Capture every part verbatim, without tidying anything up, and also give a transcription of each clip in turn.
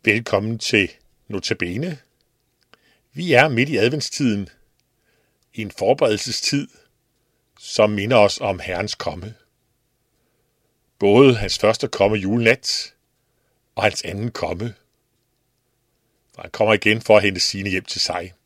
Velkommen til Notabene. Vi er midt i adventstiden, i en forberedelsestid, som minder os om Herrens komme. Både hans første komme julenat og hans anden komme. Og han kommer igen for at hente sine hjem til sig.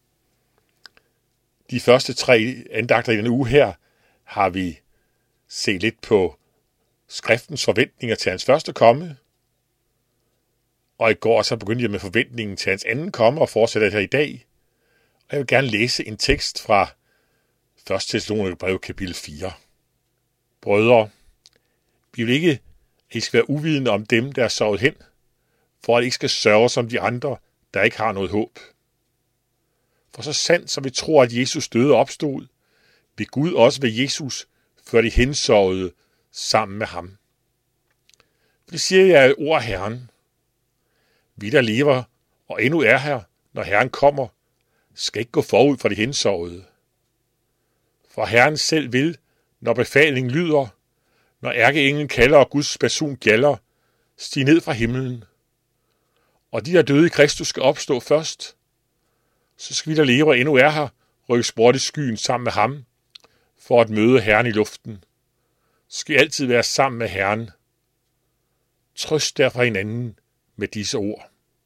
De første tre andagter i denne uge her har vi set lidt på skriftens forventninger til hans første komme. Og i går så begyndte jeg med forventningen til hans anden komme og fortsætter her i dag. Og jeg vil gerne læse en tekst fra første Thessalonikerbrev kapitel fire. Brødre, vi vil ikke, at I skal være uvidende om dem, der er sovet hen, for at I ikke skal sørge som de andre, der ikke har noget håb. For så sandt som vi tror, at Jesus døde og opstod, vil Gud også ved Jesus føre de hensovede sammen med ham. For det siger jeg ord af Herren. Vi, der lever og endnu er her, når Herren kommer, skal ikke gå forud for de hensovede. For Herren selv vil, når befalingen lyder, når ærkeenglen kalder og Guds basun gjalder, stige ned fra himlen. Og de, der døde i Kristus, skal opstå først. Så skal vi, der lever og endnu er her, rykkes bort i skyen sammen med ham, for at møde Herren i luften. Så skal I altid være sammen med Herren. Trøst derfor hinanden med disse ord.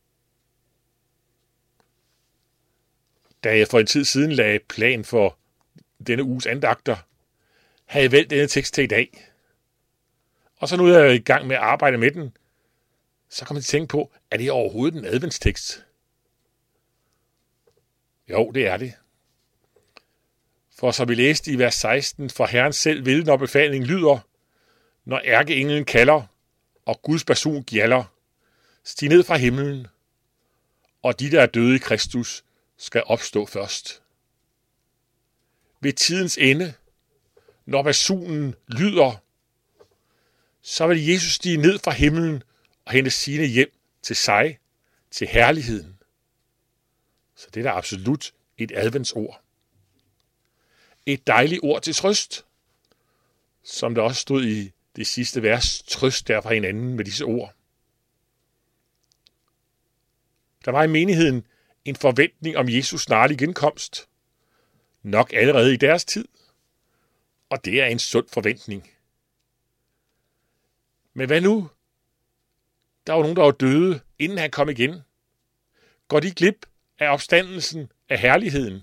Da jeg for en tid siden lagde plan for denne uges andagter, havde jeg valgt denne tekst til i dag. Og så nu er jeg i gang med at arbejde med den, så kommer jeg til at tænke på, er det overhovedet en adventstekst? Jo, det er det. For som vi læste i vers seksten, for Herren selv vil, når befalingen lyder, når ærkeenglen kalder, og Guds basun gjalder, stig ned fra himlen, og de, der er døde i Kristus, skal opstå først. Ved tidens ende, når basunen lyder, så vil Jesus stige ned fra himlen og hente sine hjem til sig, til herligheden. Så det er da absolut et adventsord. Et dejligt ord til trøst, som der også stod i det sidste vers, trøst der fra hinanden med disse ord. Der var i menigheden en forventning om Jesus snarlig genkomst, nok allerede i deres tid, og det er en sund forventning. Men hvad nu? Der var nogen, der var døde, inden han kom igen. Går de glip af opstandelsen af herligheden?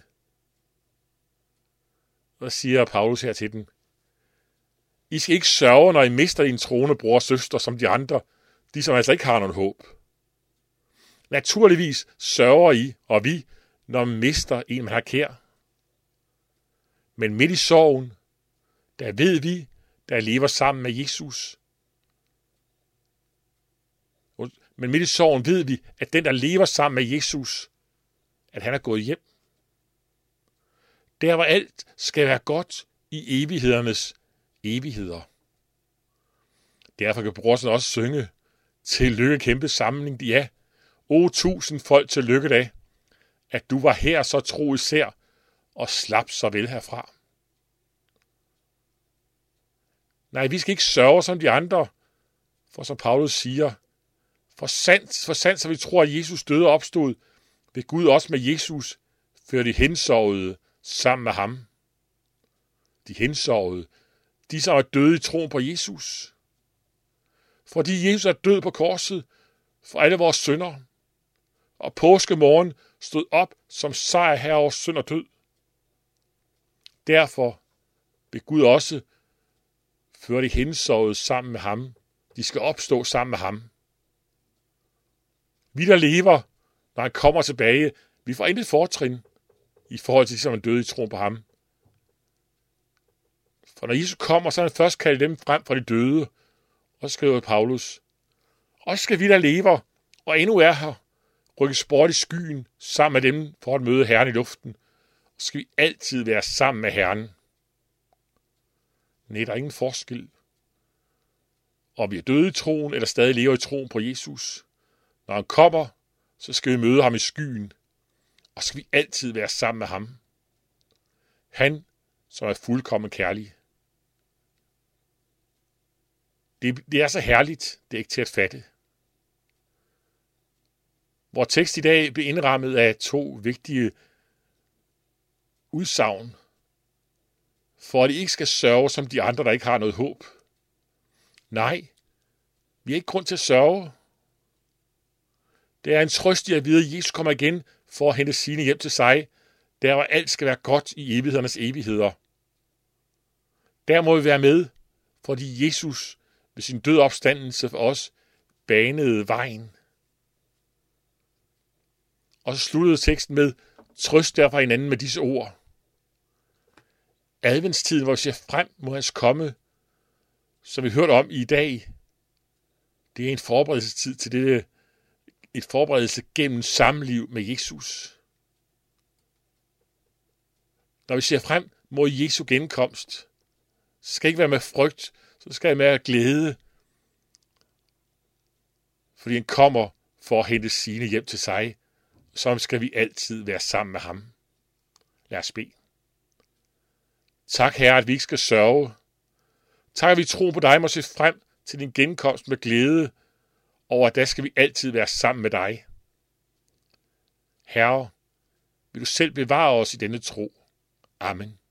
Hvad siger Paulus her til den? I skal ikke sørge, når I mister din troende bror og søster som de andre, de som altså ikke har noget håb. Naturligvis sørger I og vi, når man mister en, man har kær. Men midt i sorgen, der ved vi, der lever sammen med Jesus. Men midt i sorgen ved vi, at den, der lever sammen med Jesus, at han er gået hjem. Der hvor alt skal være godt i evighedernes evigheder. Derfor kan brorsen også synge, til lykke kæmpe samling de er. O tusind folk til lykke da, at du var her så tro især, og slap så vel herfra. Nej, vi skal ikke sørge som de andre, for som Paulus siger, for sandt, for sandt, så vi tror, at Jesus døde og opstod, vil Gud også med Jesus føre de hensovede sammen med ham. De hensovede, de som er døde i troen på Jesus. Fordi Jesus er død på korset for alle vores synder, og påskemorgen stod op som sejr her over synd og død. Derfor vil Gud også føre de hensovede sammen med ham. De skal opstå sammen med ham. Vi, der lever, når han kommer tilbage, vi får intet fortrin i forhold til de, som er døde i troen på ham. For når Jesus kommer, så er han først kaldt dem frem fra de døde, og så skriver Paulus, og så skal vi, der lever, og endnu er her, rykkes bort i skyen sammen med dem for at møde Herren i luften. Og så skal vi altid være sammen med Herren. Nej, der er ingen forskel. Om vi er døde i troen, eller stadig lever i troen på Jesus. Når han kommer, så skal vi møde ham i skyen, og så skal vi altid være sammen med ham. Han, som er fuldkommen kærlig. Det, det er så herligt, det er ikke til at fatte. Vor tekst i dag bliver indrammet af to vigtige udsagn, for at I ikke skal sørge som de andre, der ikke har noget håb. Nej, vi har ikke grund til at sørge. Det er en trøst i at vide, at Jesus kommer igen for at hente sine hjem til sig, der hvor alt skal være godt i evighedernes evigheder. Der må vi være med, fordi Jesus ved sin død opstandelse for os banede vejen. Og så sluttede teksten med, trøst derfor hinanden med disse ord. Adventstiden, hvor vi ser frem mod hans komme, som vi hørte om i dag, det er en forberedelsestid til det, et forberedelse gennem samliv med Jesus. Når vi ser frem mod Jesu genkomst, så skal det ikke være med frygt, så skal det være med glæde, fordi han kommer for at hente sine hjem til sig, så skal vi altid være sammen med ham. Lad os bede. Tak, Herre, at vi ikke skal sørge. Tak, at vi tror på dig, må se frem til din genkomst med glæde, og at der skal vi altid være sammen med dig. Herre, vil du selv bevare os i denne tro. Amen.